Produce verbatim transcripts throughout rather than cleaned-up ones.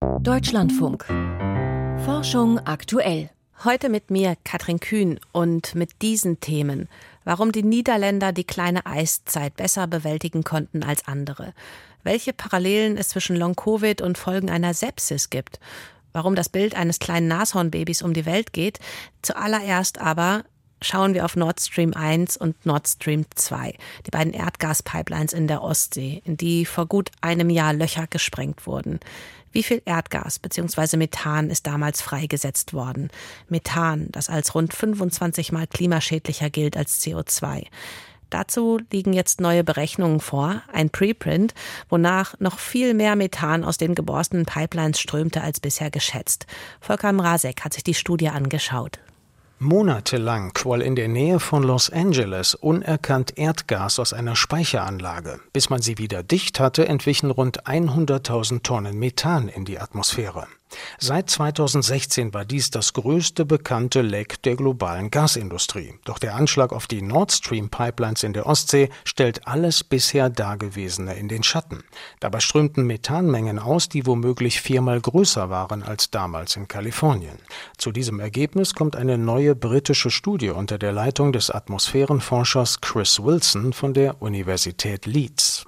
Deutschlandfunk. Forschung aktuell. Heute mit mir Katrin Kühn und mit diesen Themen. Warum die Niederländer die kleine Eiszeit besser bewältigen konnten als andere. Welche Parallelen es zwischen Long-Covid und Folgen einer Sepsis gibt. Warum das Bild eines kleinen Nashornbabys um die Welt geht. Zuallererst aber schauen wir auf Nord Stream eins und Nord Stream zwei, die beiden Erdgaspipelines in der Ostsee, in die vor gut einem Jahr Löcher gesprengt wurden. Wie viel Erdgas bzw. Methan ist damals freigesetzt worden? Methan, das als rund fünfundzwanzig Mal klimaschädlicher gilt als C O zwei. Dazu liegen jetzt neue Berechnungen vor, ein Preprint, wonach noch viel mehr Methan aus den geborstenen Pipelines strömte als bisher geschätzt. Volker Mrazek hat sich die Studie angeschaut. Monatelang quoll in der Nähe von Los Angeles unerkannt Erdgas aus einer Speicheranlage. Bis man sie wieder dicht hatte, entwichen rund hunderttausend Tonnen Methan in die Atmosphäre. Seit zweitausendsechzehn war dies das größte bekannte Leck der globalen Gasindustrie. Doch der Anschlag auf die Nord Stream Pipelines in der Ostsee stellt alles bisher Dagewesene in den Schatten. Dabei strömten Methanmengen aus, die womöglich viermal größer waren als damals in Kalifornien. Zu diesem Ergebnis kommt eine neue britische Studie unter der Leitung des Atmosphärenforschers Chris Wilson von der Universität Leeds.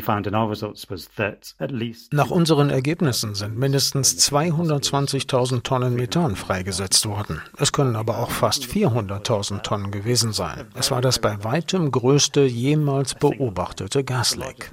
Nach unseren Ergebnissen sind mindestens zweihundertzwanzigtausend Tonnen Methan freigesetzt worden. Es können aber auch fast vierhunderttausend Tonnen gewesen sein. Es war das bei weitem größte jemals beobachtete Gasleck.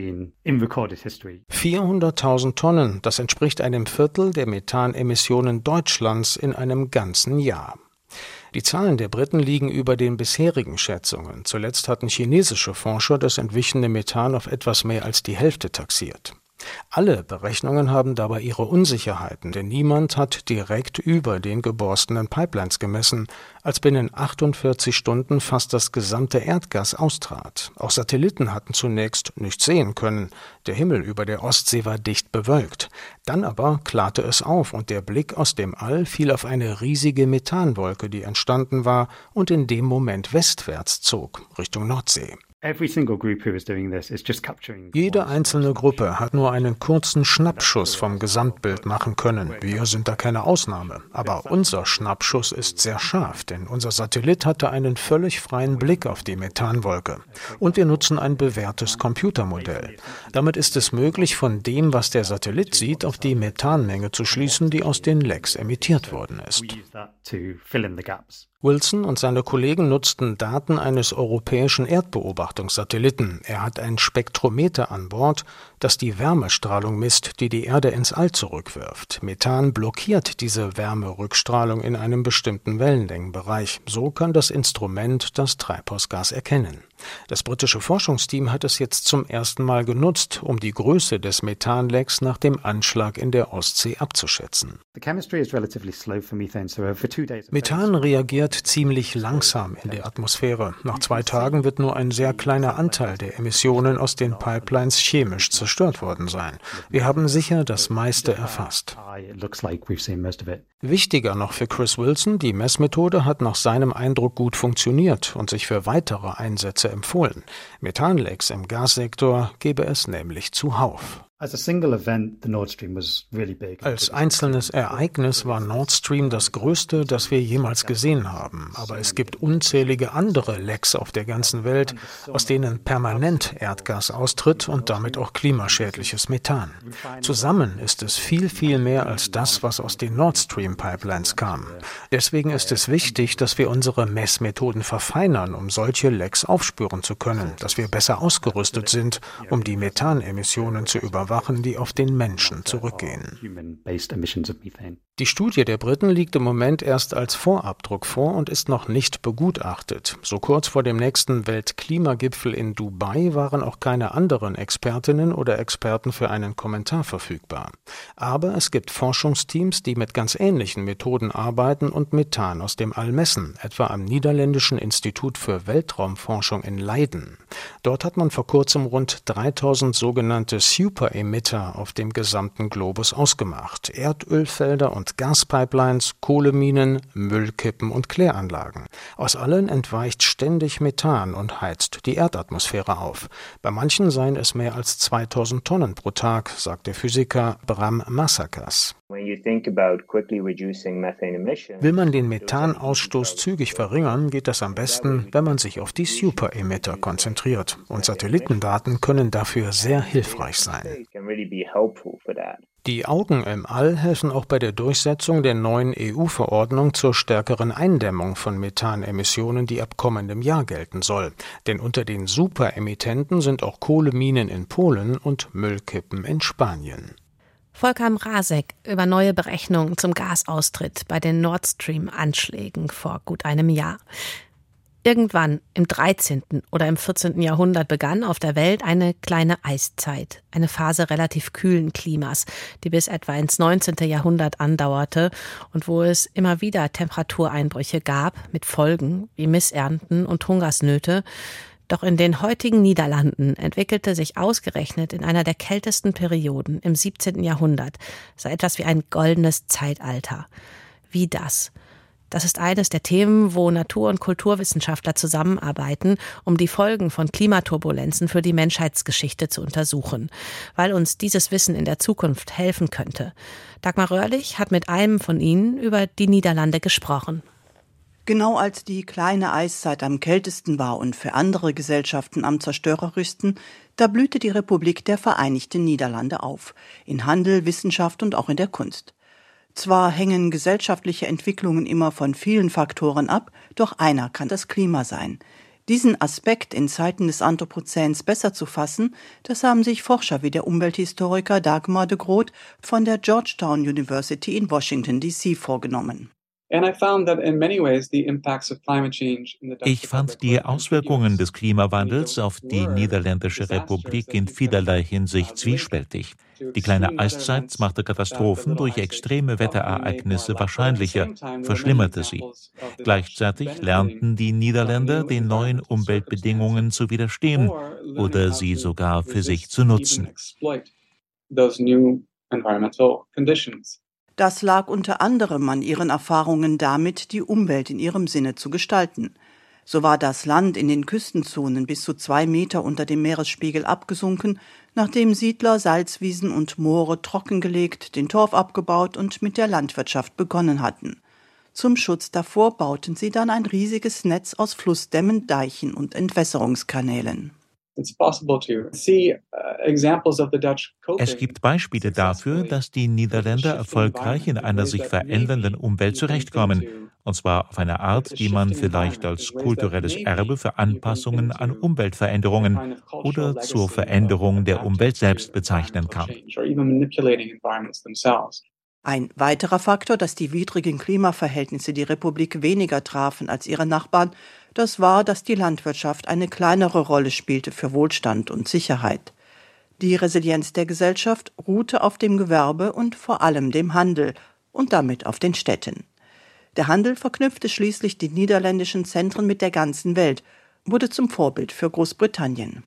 vierhunderttausend Tonnen, das entspricht einem Viertel der Methanemissionen Deutschlands in einem ganzen Jahr. Die Zahlen der Briten liegen über den bisherigen Schätzungen. Zuletzt hatten chinesische Forscher das entwichene Methan auf etwas mehr als die Hälfte taxiert. Alle Berechnungen haben dabei ihre Unsicherheiten, denn niemand hat direkt über den geborstenen Pipelines gemessen, als binnen achtundvierzig Stunden fast das gesamte Erdgas austrat. Auch Satelliten hatten zunächst nichts sehen können. Der Himmel über der Ostsee war dicht bewölkt. Dann aber klarte es auf und der Blick aus dem All fiel auf eine riesige Methanwolke, die entstanden war und in dem Moment westwärts zog, Richtung Nordsee. Jede einzelne Gruppe hat nur einen kurzen Schnappschuss vom Gesamtbild machen können. Wir sind da keine Ausnahme. Aber unser Schnappschuss ist sehr scharf, denn unser Satellit hatte einen völlig freien Blick auf die Methanwolke. Und wir nutzen ein bewährtes Computermodell. Damit ist es möglich, von dem, was der Satellit sieht, auf die Methanmenge zu schließen, die aus den Lecks emittiert worden ist. Wilson und seine Kollegen nutzten Daten eines europäischen Erdbeobachtungssatelliten. Er hat ein Spektrometer an Bord, das die Wärmestrahlung misst, die die Erde ins All zurückwirft. Methan blockiert diese Wärmerückstrahlung in einem bestimmten Wellenlängenbereich. So kann das Instrument das Treibhausgas erkennen. Das britische Forschungsteam hat es jetzt zum ersten Mal genutzt, um die Größe des Methanlecks nach dem Anschlag in der Ostsee abzuschätzen. Methan reagiert ziemlich langsam in der Atmosphäre. Nach zwei Tagen wird nur ein sehr kleiner Anteil der Emissionen aus den Pipelines chemisch zerstört worden sein. Wir haben sicher das meiste erfasst. Wichtiger noch für Chris Wilson, die Messmethode hat nach seinem Eindruck gut funktioniert und sich für weitere Einsätze empfohlen. Methanlecks im Gassektor gebe es nämlich zuhauf. Als einzelnes Ereignis war Nord Stream das größte, das wir jemals gesehen haben. Aber es gibt unzählige andere Lecks auf der ganzen Welt, aus denen permanent Erdgas austritt und damit auch klimaschädliches Methan. Zusammen ist es viel, viel mehr als das, was aus den Nord Stream Pipelines kam. Deswegen ist es wichtig, dass wir unsere Messmethoden verfeinern, um solche Lecks aufspüren zu können, dass wir besser ausgerüstet sind, um die Methanemissionen zu überwachen, die auf den Menschen zurückgehen. Die Studie der Briten liegt im Moment erst als Vorabdruck vor und ist noch nicht begutachtet. So kurz vor dem nächsten Weltklimagipfel in Dubai waren auch keine anderen Expertinnen oder Experten für einen Kommentar verfügbar. Aber es gibt Forschungsteams, die mit ganz ähnlichen Methoden arbeiten und Methan aus dem All messen, etwa am Niederländischen Institut für Weltraumforschung in Leiden. Dort hat man vor kurzem rund dreitausend sogenannte Super Superemitter auf dem gesamten Globus ausgemacht. Erdölfelder und Gaspipelines, Kohleminen, Müllkippen und Kläranlagen. Aus allen entweicht ständig Methan und heizt die Erdatmosphäre auf. Bei manchen seien es mehr als zweitausend Tonnen pro Tag, sagt der Physiker Bram Massakas. Will man den Methanausstoß zügig verringern, geht das am besten, wenn man sich auf die Superemitter konzentriert. Und Satellitendaten können dafür sehr hilfreich sein. Die Augen im All helfen auch bei der Durchsetzung der neuen E U-Verordnung zur stärkeren Eindämmung von Methanemissionen, die ab kommendem Jahr gelten soll. Denn unter den Superemittenten sind auch Kohleminen in Polen und Müllkippen in Spanien. Volker Mrazek über neue Berechnungen zum Gasaustritt bei den Nord Stream-Anschlägen vor gut einem Jahr. Irgendwann im dreizehnten oder im vierzehnten Jahrhundert begann auf der Welt eine kleine Eiszeit, eine Phase relativ kühlen Klimas, die bis etwa ins neunzehnten Jahrhundert andauerte und wo es immer wieder Temperatureinbrüche gab mit Folgen wie Missernten und Hungersnöte. Doch in den heutigen Niederlanden entwickelte sich ausgerechnet in einer der kältesten Perioden im siebzehnten Jahrhundert so etwas wie ein goldenes Zeitalter. Wie das? Das ist eines der Themen, wo Natur- und Kulturwissenschaftler zusammenarbeiten, um die Folgen von Klimaturbulenzen für die Menschheitsgeschichte zu untersuchen, weil uns dieses Wissen in der Zukunft helfen könnte. Dagmar Röhrlich hat mit einem von ihnen über die Niederlande gesprochen. Genau als die kleine Eiszeit am kältesten war und für andere Gesellschaften am zerstörerischsten, da blühte die Republik der Vereinigten Niederlande auf, in Handel, Wissenschaft und auch in der Kunst. Zwar hängen gesellschaftliche Entwicklungen immer von vielen Faktoren ab, doch einer kann das Klima sein. Diesen Aspekt in Zeiten des Anthropozäns besser zu fassen, das haben sich Forscher wie der Umwelthistoriker Dagmar de Groot von der Georgetown University in Washington D C vorgenommen. Ich fand die Auswirkungen des Klimawandels auf die Niederländische Republik in vielerlei Hinsicht zwiespältig. Die kleine Eiszeit machte Katastrophen durch extreme Wetterereignisse wahrscheinlicher, verschlimmerte sie. Gleichzeitig lernten die Niederländer, den neuen Umweltbedingungen zu widerstehen oder sie sogar für sich zu nutzen. Das lag unter anderem an ihren Erfahrungen damit, die Umwelt in ihrem Sinne zu gestalten. So war das Land in den Küstenzonen bis zu zwei Meter unter dem Meeresspiegel abgesunken, nachdem Siedler Salzwiesen und Moore trockengelegt, den Torf abgebaut und mit der Landwirtschaft begonnen hatten. Zum Schutz davor bauten sie dann ein riesiges Netz aus Flussdämmen, Deichen und Entwässerungskanälen. Es gibt Beispiele dafür, dass die Niederländer erfolgreich in einer sich verändernden Umwelt zurechtkommen, und zwar auf eine Art, die man vielleicht als kulturelles Erbe für Anpassungen an Umweltveränderungen oder zur Veränderung der Umwelt selbst bezeichnen kann. Ein weiterer Faktor, dass die widrigen Klimaverhältnisse die Republik weniger trafen als ihre Nachbarn, das war, dass die Landwirtschaft eine kleinere Rolle spielte für Wohlstand und Sicherheit. Die Resilienz der Gesellschaft ruhte auf dem Gewerbe und vor allem dem Handel und damit auf den Städten. Der Handel verknüpfte schließlich die niederländischen Zentren mit der ganzen Welt, wurde zum Vorbild für Großbritannien.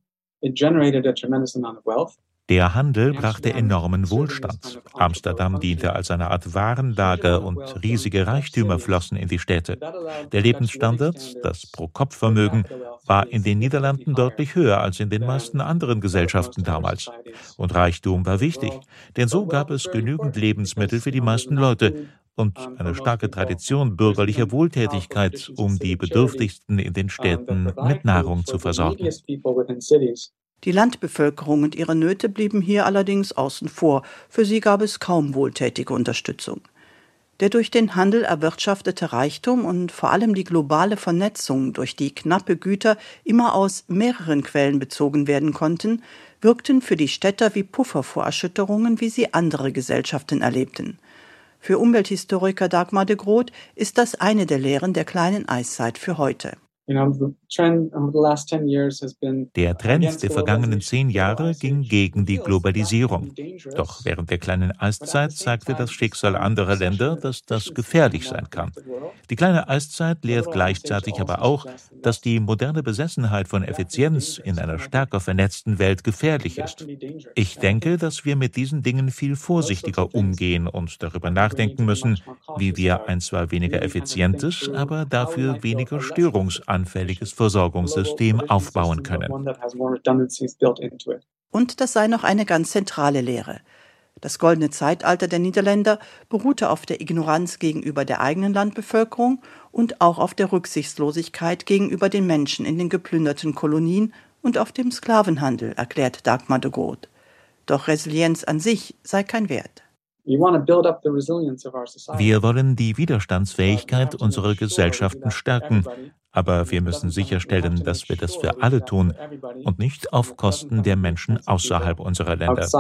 Der Handel brachte enormen Wohlstand. Amsterdam diente als eine Art Warenlager und riesige Reichtümer flossen in die Städte. Der Lebensstandard, das Pro-Kopf-Vermögen, war in den Niederlanden deutlich höher als in den meisten anderen Gesellschaften damals. Und Reichtum war wichtig, denn so gab es genügend Lebensmittel für die meisten Leute und eine starke Tradition bürgerlicher Wohltätigkeit, um die Bedürftigsten in den Städten mit Nahrung zu versorgen. Die Landbevölkerung und ihre Nöte blieben hier allerdings außen vor. Für sie gab es kaum wohltätige Unterstützung. Der durch den Handel erwirtschaftete Reichtum und vor allem die globale Vernetzung, durch die knappe Güter immer aus mehreren Quellen bezogen werden konnten, wirkten für die Städter wie Puffer vor Erschütterungen, wie sie andere Gesellschaften erlebten. Für Umwelthistoriker Dagmar de Groot ist das eine der Lehren der kleinen Eiszeit für heute. Der Trend der vergangenen zehn Jahre ging gegen die Globalisierung. Doch während der kleinen Eiszeit zeigte das Schicksal anderer Länder, dass das gefährlich sein kann. Die kleine Eiszeit lehrt gleichzeitig aber auch, dass die moderne Besessenheit von Effizienz in einer stärker vernetzten Welt gefährlich ist. Ich denke, dass wir mit diesen Dingen viel vorsichtiger umgehen und darüber nachdenken müssen, wie wir ein zwar weniger effizientes, aber dafür weniger störungsanfälliges Versorgungssystem aufbauen können. Und das sei noch eine ganz zentrale Lehre. Das goldene Zeitalter der Niederländer beruhte auf der Ignoranz gegenüber der eigenen Landbevölkerung und auch auf der Rücksichtslosigkeit gegenüber den Menschen in den geplünderten Kolonien und auf dem Sklavenhandel, erklärt Dagmar de Groot. Doch Resilienz an sich sei kein Wert. Wir wollen die Widerstandsfähigkeit unserer Gesellschaften stärken, aber wir müssen sicherstellen, dass wir das für alle tun und nicht auf Kosten der Menschen außerhalb unserer Länder.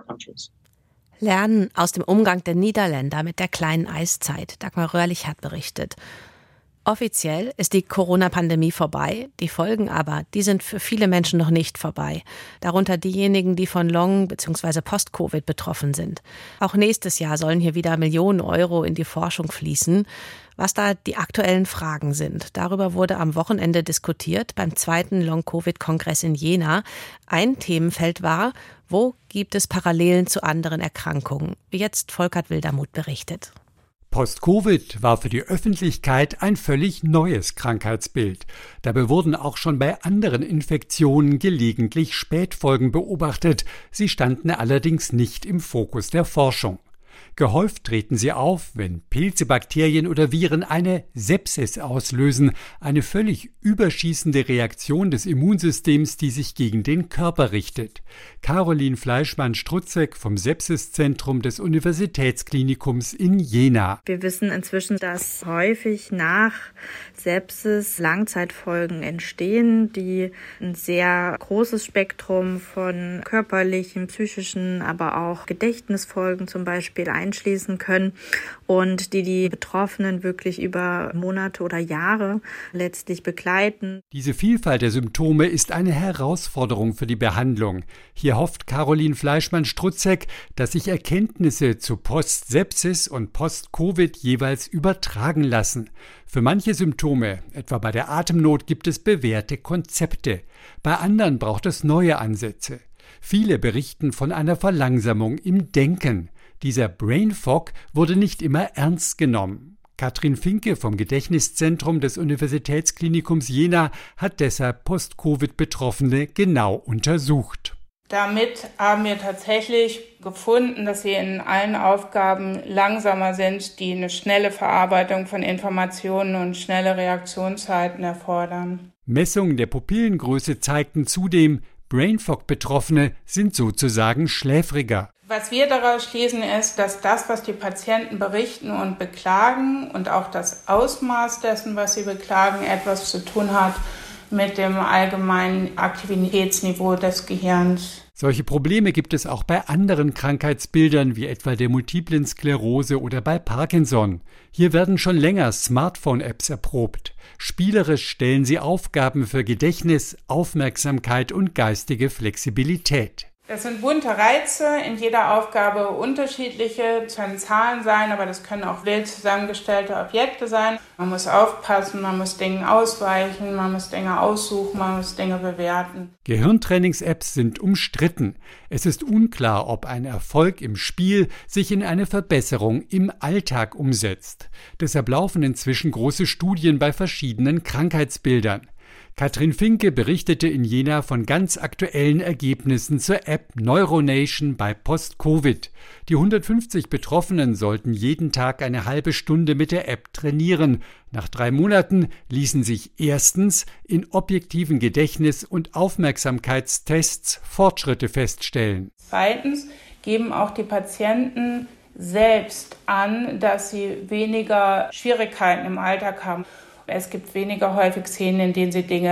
Lernen aus dem Umgang der Niederländer mit der kleinen Eiszeit. Dagmar Röhrlich hat berichtet. Offiziell ist die Corona-Pandemie vorbei, die Folgen aber, die sind für viele Menschen noch nicht vorbei. Darunter diejenigen, die von Long- bzw. Post-Covid betroffen sind. Auch nächstes Jahr sollen hier wieder Millionen Euro in die Forschung fließen. Was da die aktuellen Fragen sind, darüber wurde am Wochenende diskutiert beim zweiten Long-Covid-Kongress in Jena. Ein Themenfeld war, wo gibt es Parallelen zu anderen Erkrankungen? Wie jetzt Volkert Wildermuth berichtet. Post-Covid war für die Öffentlichkeit ein völlig neues Krankheitsbild. Dabei wurden auch schon bei anderen Infektionen gelegentlich Spätfolgen beobachtet. Sie standen allerdings nicht im Fokus der Forschung. Gehäuft treten sie auf, wenn Pilze, Bakterien oder Viren eine Sepsis auslösen, eine völlig überschießende Reaktion des Immunsystems, die sich gegen den Körper richtet. Caroline Fleischmann-Strutzek vom Sepsiszentrum des Universitätsklinikums in Jena. Wir wissen inzwischen, dass häufig nach Sepsis Langzeitfolgen entstehen, die ein sehr großes Spektrum von körperlichen, psychischen, aber auch Gedächtnisfolgen zum Beispiel einschließen können und die die Betroffenen wirklich über Monate oder Jahre letztlich begleiten. Diese Vielfalt der Symptome ist eine Herausforderung für die Behandlung. Hier hofft Caroline Fleischmann-Strutzek, dass sich Erkenntnisse zu Post-Sepsis und Post-Covid jeweils übertragen lassen. Für manche Symptome, etwa bei der Atemnot, gibt es bewährte Konzepte. Bei anderen braucht es neue Ansätze. Viele berichten von einer Verlangsamung im Denken. Dieser Brain Fog wurde nicht immer ernst genommen. Katrin Finke vom Gedächtniszentrum des Universitätsklinikums Jena hat deshalb Post-Covid-Betroffene genau untersucht. Damit haben wir tatsächlich gefunden, dass sie in allen Aufgaben langsamer sind, die eine schnelle Verarbeitung von Informationen und schnelle Reaktionszeiten erfordern. Messungen der Pupillengröße zeigten zudem, Brain Fog-Betroffene sind sozusagen schläfriger. Was wir daraus schließen ist, dass das, was die Patienten berichten und beklagen und auch das Ausmaß dessen, was sie beklagen, etwas zu tun hat mit dem allgemeinen Aktivitätsniveau des Gehirns. Solche Probleme gibt es auch bei anderen Krankheitsbildern, wie etwa der multiplen Sklerose oder bei Parkinson. Hier werden schon länger Smartphone-Apps erprobt. Spielerisch stellen sie Aufgaben für Gedächtnis, Aufmerksamkeit und geistige Flexibilität. Das sind bunte Reize, in jeder Aufgabe unterschiedliche, das können Zahlen sein, aber das können auch wild zusammengestellte Objekte sein. Man muss aufpassen, man muss Dingen ausweichen, man muss Dinge aussuchen, man muss Dinge bewerten. Gehirntrainings-Apps sind umstritten. Es ist unklar, ob ein Erfolg im Spiel sich in eine Verbesserung im Alltag umsetzt. Deshalb laufen inzwischen große Studien bei verschiedenen Krankheitsbildern. Katrin Finke berichtete in Jena von ganz aktuellen Ergebnissen zur App Neuronation bei Post-Covid. Die hundertfünfzig Betroffenen sollten jeden Tag eine halbe Stunde mit der App trainieren. Nach drei Monaten ließen sich erstens in objektiven Gedächtnis- und Aufmerksamkeitstests Fortschritte feststellen. Zweitens geben auch die Patienten selbst an, dass sie weniger Schwierigkeiten im Alltag haben. Es gibt weniger häufig Szenen, in denen sie Dinge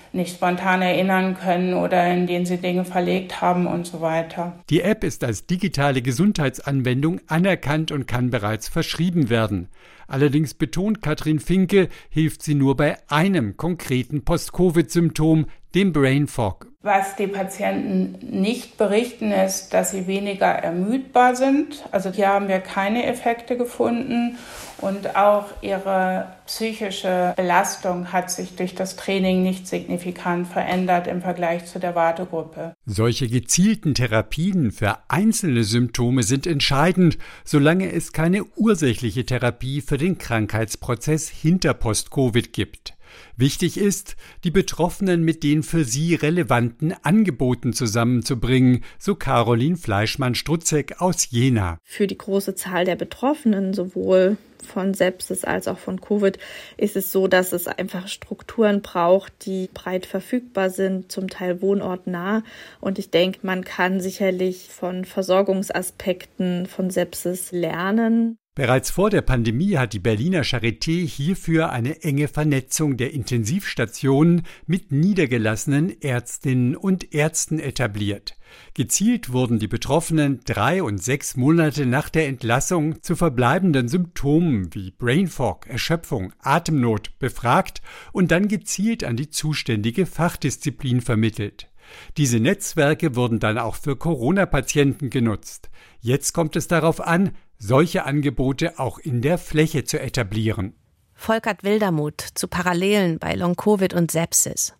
nicht spontan erinnern können oder in denen sie Dinge verlegt haben und so weiter. Die App ist als digitale Gesundheitsanwendung anerkannt und kann bereits verschrieben werden. Allerdings betont Katrin Finke, hilft sie nur bei einem konkreten Post-Covid-Symptom, dem Brain Fog. Was die Patienten nicht berichten, ist, dass sie weniger ermüdbar sind. Also hier haben wir keine Effekte gefunden. Und auch ihre psychische Belastung hat sich durch das Training nicht signifikant verändert im Vergleich zu der Wartegruppe. Solche gezielten Therapien für einzelne Symptome sind entscheidend, solange es keine ursächliche Therapie für den Krankheitsprozess hinter Post-Covid gibt. Wichtig ist, die Betroffenen mit den für sie relevanten Angeboten zusammenzubringen, so Caroline Fleischmann-Strutzek aus Jena. Für die große Zahl der Betroffenen, sowohl von Sepsis als auch von Covid, ist es so, dass es einfach Strukturen braucht, die breit verfügbar sind, zum Teil wohnortnah. Und ich denke, man kann sicherlich von Versorgungsaspekten von Sepsis lernen. Bereits vor der Pandemie hat die Berliner Charité hierfür eine enge Vernetzung der Intensivstationen mit niedergelassenen Ärztinnen und Ärzten etabliert. Gezielt wurden die Betroffenen drei und sechs Monate nach der Entlassung zu verbleibenden Symptomen wie Brain Fog, Erschöpfung, Atemnot befragt und dann gezielt an die zuständige Fachdisziplin vermittelt. Diese Netzwerke wurden dann auch für Corona-Patienten genutzt. Jetzt kommt es darauf an, solche Angebote auch in der Fläche zu etablieren. Volkert Wildermuth zu Parallelen bei Long-Covid und Sepsis.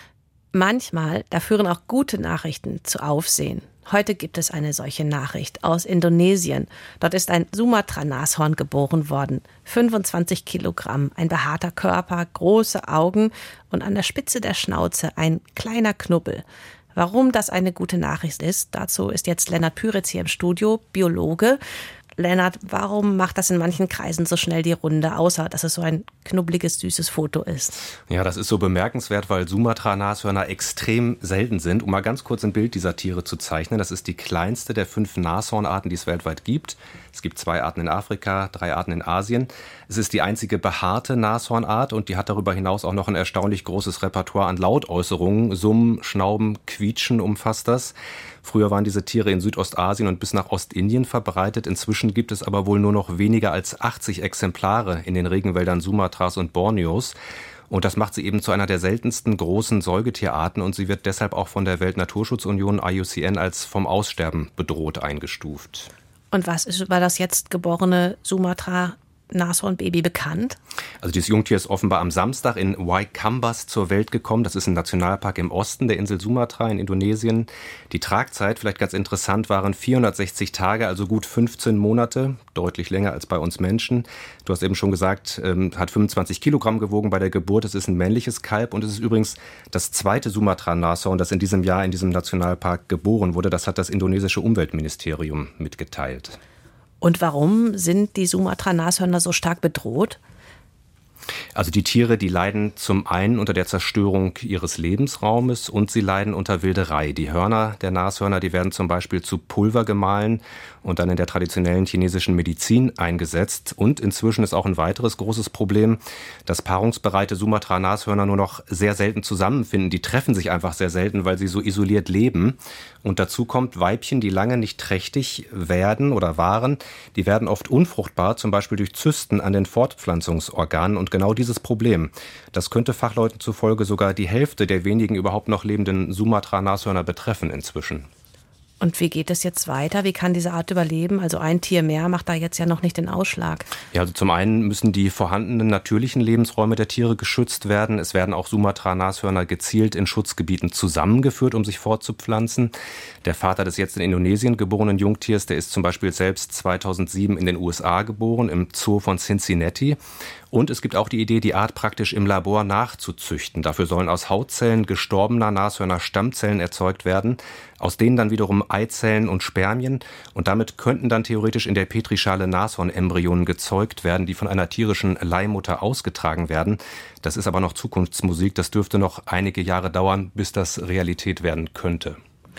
Manchmal, da führen auch gute Nachrichten zu Aufsehen. Heute gibt es eine solche Nachricht aus Indonesien. Dort ist ein Sumatra-Nashorn geboren worden. fünfundzwanzig Kilogramm, ein behaarter Körper, große Augen und an der Spitze der Schnauze ein kleiner Knubbel. Warum das eine gute Nachricht ist, dazu ist jetzt Lennart Püritz hier im Studio, Biologe. Lennart, warum macht das in manchen Kreisen so schnell die Runde, außer dass es so ein knubbeliges, süßes Foto ist? Ja, das ist so bemerkenswert, weil Sumatra-Nashörner extrem selten sind. Um mal ganz kurz ein Bild dieser Tiere zu zeichnen, das ist die kleinste der fünf Nashornarten, die es weltweit gibt. Es gibt zwei Arten in Afrika, drei Arten in Asien. Es ist die einzige behaarte Nashornart und die hat darüber hinaus auch noch ein erstaunlich großes Repertoire an Lautäußerungen. Summen, Schnauben, Quietschen umfasst das. Früher waren diese Tiere in Südostasien und bis nach Ostindien verbreitet. Inzwischen gibt es aber wohl nur noch weniger als achtzig Exemplare in den Regenwäldern Sumatras und Borneos. Und das macht sie eben zu einer der seltensten großen Säugetierarten und sie wird deshalb auch von der Weltnaturschutzunion I U C N als vom Aussterben bedroht eingestuft. Und was ist über das jetzt geborene Sumatra-Nashornbaby bekannt? Also dieses Jungtier ist offenbar am Samstag in Waikambas zur Welt gekommen. Das ist ein Nationalpark im Osten der Insel Sumatra in Indonesien. Die Tragzeit, vielleicht ganz interessant, waren vierhundertsechzig Tage, also gut fünfzehn Monate, deutlich länger als bei uns Menschen. Du hast eben schon gesagt, ähm, hat fünfundzwanzig Kilogramm gewogen bei der Geburt. Es ist ein männliches Kalb und es ist übrigens das zweite Sumatra-Nashorn, das in diesem Jahr in diesem Nationalpark geboren wurde. Das hat das indonesische Umweltministerium mitgeteilt. Und warum sind die Sumatra-Nashörner so stark bedroht? Also die Tiere, die leiden zum einen unter der Zerstörung ihres Lebensraumes und sie leiden unter Wilderei. Die Hörner der Nashörner, die werden zum Beispiel zu Pulver gemahlen und dann in der traditionellen chinesischen Medizin eingesetzt. Und inzwischen ist auch ein weiteres großes Problem, dass paarungsbereite Sumatra-Nashörner nur noch sehr selten zusammenfinden. Die treffen sich einfach sehr selten, weil sie so isoliert leben. Und dazu kommt, Weibchen, die lange nicht trächtig werden oder waren, die werden oft unfruchtbar, zum Beispiel durch Zysten an den Fortpflanzungsorganen. Und genau dieses Problem, das könnte Fachleuten zufolge sogar die Hälfte der wenigen überhaupt noch lebenden Sumatra-Nashörner betreffen inzwischen. Und wie geht es jetzt weiter? Wie kann diese Art überleben? Also ein Tier mehr macht da jetzt ja noch nicht den Ausschlag. Ja, also zum einen müssen die vorhandenen natürlichen Lebensräume der Tiere geschützt werden. Es werden auch Sumatra-Nashörner gezielt in Schutzgebieten zusammengeführt, um sich fortzupflanzen. Der Vater des jetzt in Indonesien geborenen Jungtiers, der ist zum Beispiel selbst zweitausendsieben in den U S A geboren, im Zoo von Cincinnati. Und es gibt auch die Idee, die Art praktisch im Labor nachzuzüchten. Dafür sollen aus Hautzellen gestorbener Nashörner Stammzellen erzeugt werden, aus denen dann wiederum Eizellen und Spermien. Und damit könnten dann theoretisch in der Petrischale Nashornembryonen gezeugt werden, die von einer tierischen Leihmutter ausgetragen werden. Das ist aber noch Zukunftsmusik. Das dürfte noch einige Jahre dauern, bis das Realität werden könnte.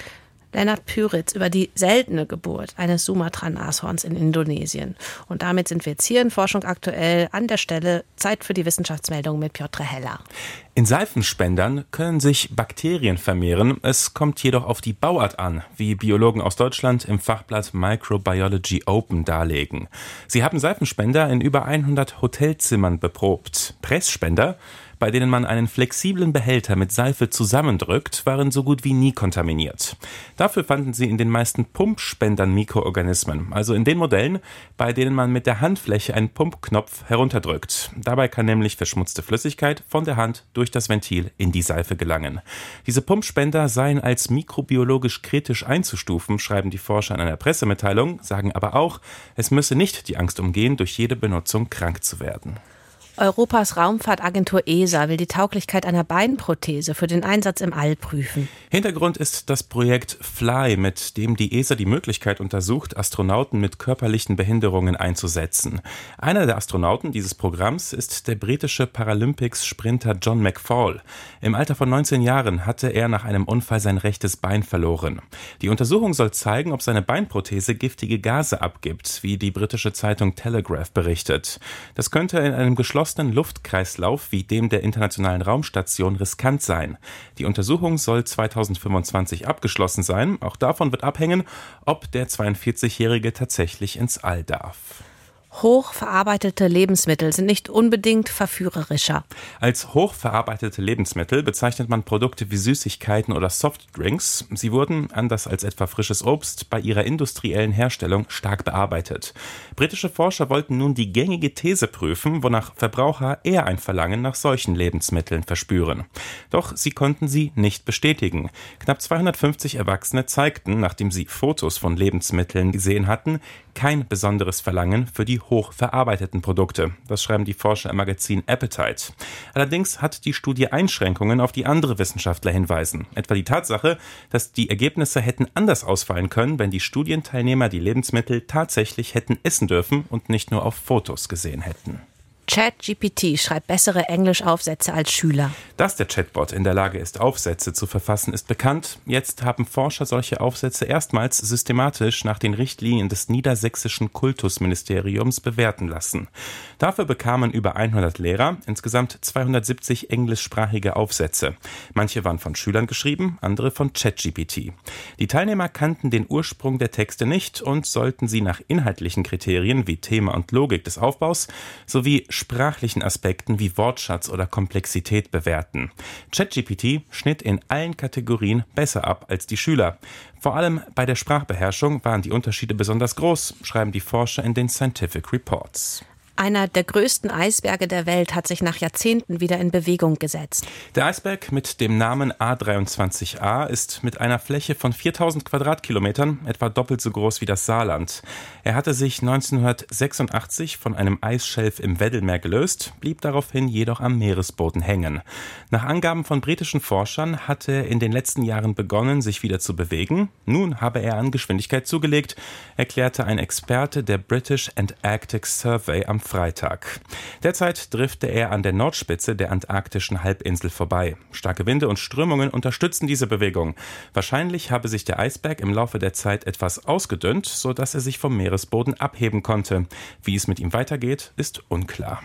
Lennart Püritz über die seltene Geburt eines Sumatra-Nashorns in Indonesien. Und damit sind wir jetzt hier in Forschung aktuell an der Stelle. Zeit für die Wissenschaftsmeldung mit Piotr Heller. In Seifenspendern können sich Bakterien vermehren. Es kommt jedoch auf die Bauart an, wie Biologen aus Deutschland im Fachblatt Microbiology Open darlegen. Sie haben Seifenspender in über hundert Hotelzimmern beprobt. Pressspender, bei denen man einen flexiblen Behälter mit Seife zusammendrückt, waren so gut wie nie kontaminiert. Dafür fanden sie in den meisten Pumpspendern Mikroorganismen, also in den Modellen, bei denen man mit der Handfläche einen Pumpknopf herunterdrückt. Dabei kann nämlich verschmutzte Flüssigkeit von der Hand durch das Ventil in die Seife gelangen. Diese Pumpspender seien als mikrobiologisch kritisch einzustufen, schreiben die Forscher in einer Pressemitteilung, sagen aber auch, es müsse nicht die Angst umgehen, durch jede Benutzung krank zu werden. Europas Raumfahrtagentur E S A will die Tauglichkeit einer Beinprothese für den Einsatz im All prüfen. Hintergrund ist das Projekt FLY, mit dem die E S A die Möglichkeit untersucht, Astronauten mit körperlichen Behinderungen einzusetzen. Einer der Astronauten dieses Programms ist der britische Paralympics-Sprinter John McFall. Im Alter von neunzehn Jahren hatte er nach einem Unfall sein rechtes Bein verloren. Die Untersuchung soll zeigen, ob seine Beinprothese giftige Gase abgibt, wie die britische Zeitung Telegraph berichtet. Das könnte in einem geschlossenen Luftkreislauf wie dem der Internationalen Raumstation riskant sein. Die Untersuchung soll zweitausendfünfundzwanzig abgeschlossen sein. Auch davon wird abhängen, ob der zweiundvierzigjährige tatsächlich ins All darf. Hochverarbeitete Lebensmittel sind nicht unbedingt verführerischer. Als hochverarbeitete Lebensmittel bezeichnet man Produkte wie Süßigkeiten oder Softdrinks. Sie wurden, anders als etwa frisches Obst, bei ihrer industriellen Herstellung stark bearbeitet. Britische Forscher wollten nun die gängige These prüfen, wonach Verbraucher eher ein Verlangen nach solchen Lebensmitteln verspüren. Doch sie konnten sie nicht bestätigen. Knapp zweihundertfünfzig Erwachsene zeigten, nachdem sie Fotos von Lebensmitteln gesehen hatten, kein besonderes Verlangen für die hochverarbeiteten Produkte. Das schreiben die Forscher im Magazin Appetite. Allerdings hat die Studie Einschränkungen, auf die andere Wissenschaftler hinweisen. Etwa die Tatsache, dass die Ergebnisse hätten anders ausfallen können, wenn die Studienteilnehmer die Lebensmittel tatsächlich hätten essen dürfen und nicht nur auf Fotos gesehen hätten. ChatGPT schreibt bessere Englischaufsätze als Schüler. Dass der Chatbot in der Lage ist, Aufsätze zu verfassen, ist bekannt. Jetzt haben Forscher solche Aufsätze erstmals systematisch nach den Richtlinien des niedersächsischen Kultusministeriums bewerten lassen. Dafür bekamen über hundert Lehrer insgesamt zweihundertsiebzig englischsprachige Aufsätze. Manche waren von Schülern geschrieben, andere von ChatGPT. Die Teilnehmer kannten den Ursprung der Texte nicht und sollten sie nach inhaltlichen Kriterien wie Thema und Logik des Aufbaus sowie sprachlichen Aspekten wie Wortschatz oder Komplexität bewerten. ChatGPT schnitt in allen Kategorien besser ab als die Schüler. Vor allem bei der Sprachbeherrschung waren die Unterschiede besonders groß, schreiben die Forscher in den Scientific Reports. Einer der größten Eisberge der Welt hat sich nach Jahrzehnten wieder in Bewegung gesetzt. Der Eisberg mit dem Namen A dreiundzwanzig A ist mit einer Fläche von viertausend Quadratkilometern etwa doppelt so groß wie das Saarland. Er hatte sich neunzehnhundertsechsundachtzig von einem Eisschelf im Weddellmeer gelöst, blieb daraufhin jedoch am Meeresboden hängen. Nach Angaben von britischen Forschern hatte er in den letzten Jahren begonnen, sich wieder zu bewegen. Nun habe er an Geschwindigkeit zugelegt, erklärte ein Experte der British Antarctic Survey am Freitag. Derzeit drifte er an der Nordspitze der antarktischen Halbinsel vorbei. Starke Winde und Strömungen unterstützen diese Bewegung. Wahrscheinlich habe sich der Eisberg im Laufe der Zeit etwas ausgedünnt, sodass er sich vom Meeresboden abheben konnte. Wie es mit ihm weitergeht, ist unklar.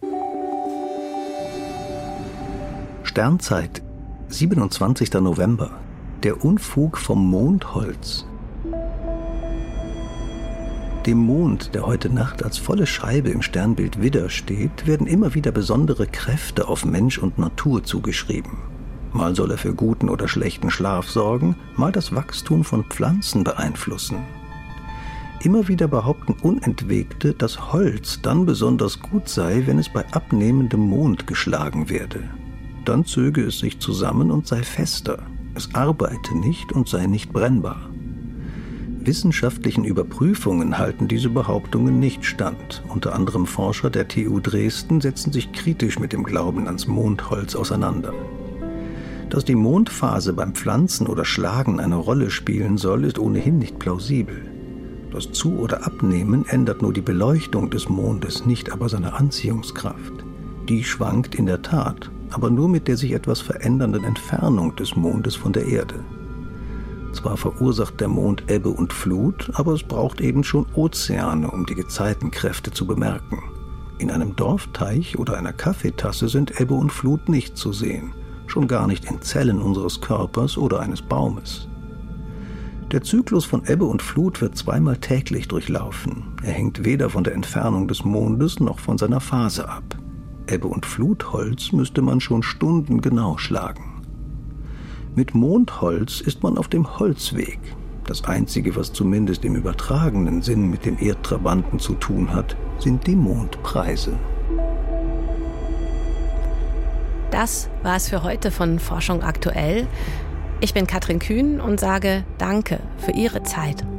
Sternzeit, siebenundzwanzigster November. Der Unfug vom Mondholz. Dem Mond, der heute Nacht als volle Scheibe im Sternbild Widder steht, werden immer wieder besondere Kräfte auf Mensch und Natur zugeschrieben. Mal soll er für guten oder schlechten Schlaf sorgen, mal das Wachstum von Pflanzen beeinflussen. Immer wieder behaupten Unentwegte, dass Holz dann besonders gut sei, wenn es bei abnehmendem Mond geschlagen werde. Dann zöge es sich zusammen und sei fester. Es arbeite nicht und sei nicht brennbar. Wissenschaftlichen Überprüfungen halten diese Behauptungen nicht stand. Unter anderem Forscher der T U Dresden setzen sich kritisch mit dem Glauben ans Mondholz auseinander. Dass die Mondphase beim Pflanzen oder Schlagen eine Rolle spielen soll, ist ohnehin nicht plausibel. Das Zu- oder Abnehmen ändert nur die Beleuchtung des Mondes, nicht aber seine Anziehungskraft. Die schwankt in der Tat, aber nur mit der sich etwas verändernden Entfernung des Mondes von der Erde. Zwar verursacht der Mond Ebbe und Flut, aber es braucht eben schon Ozeane, um die Gezeitenkräfte zu bemerken. In einem Dorfteich oder einer Kaffeetasse sind Ebbe und Flut nicht zu sehen, schon gar nicht in Zellen unseres Körpers oder eines Baumes. Der Zyklus von Ebbe und Flut wird zweimal täglich durchlaufen. Er hängt weder von der Entfernung des Mondes noch von seiner Phase ab. Ebbe- und Flutholz müsste man schon stundengenau schlagen. Mit Mondholz ist man auf dem Holzweg. Das Einzige, was zumindest im übertragenen Sinn mit dem Erdtrabanten zu tun hat, sind die Mondpreise. Das war's für heute von Forschung aktuell. Ich bin Katrin Kühn und sage Danke für Ihre Zeit.